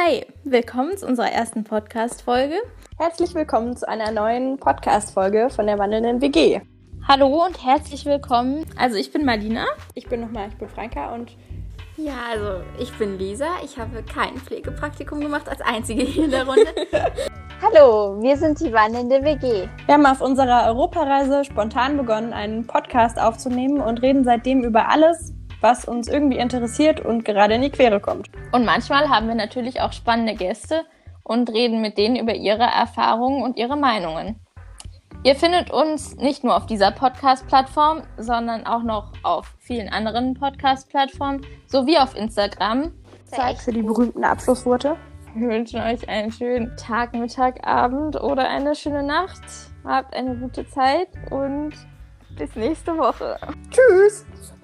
Hi, willkommen zu unserer ersten Podcast-Folge. Herzlich willkommen zu einer neuen Podcast-Folge von der wandelnden WG. Hallo und herzlich willkommen. Also ich bin Marlina. Ich bin Franka und... Ja, also ich bin Lisa. Ich habe kein Pflegepraktikum gemacht, als einzige hier in der Runde. Hallo, wir sind die wandelnde WG. Wir haben auf unserer Europareise spontan begonnen, einen Podcast aufzunehmen und reden seitdem über alles, was uns irgendwie interessiert und gerade in die Quere kommt. Und manchmal haben wir natürlich auch spannende Gäste und reden mit denen über ihre Erfahrungen und ihre Meinungen. Ihr findet uns nicht nur auf dieser Podcast-Plattform, sondern auch noch auf vielen anderen Podcast-Plattformen sowie auf Instagram. Zeit für die berühmten Abschlussworte. Wir wünschen euch einen schönen Tag, Mittag, Abend oder eine schöne Nacht. Habt eine gute Zeit und bis nächste Woche. Tschüss!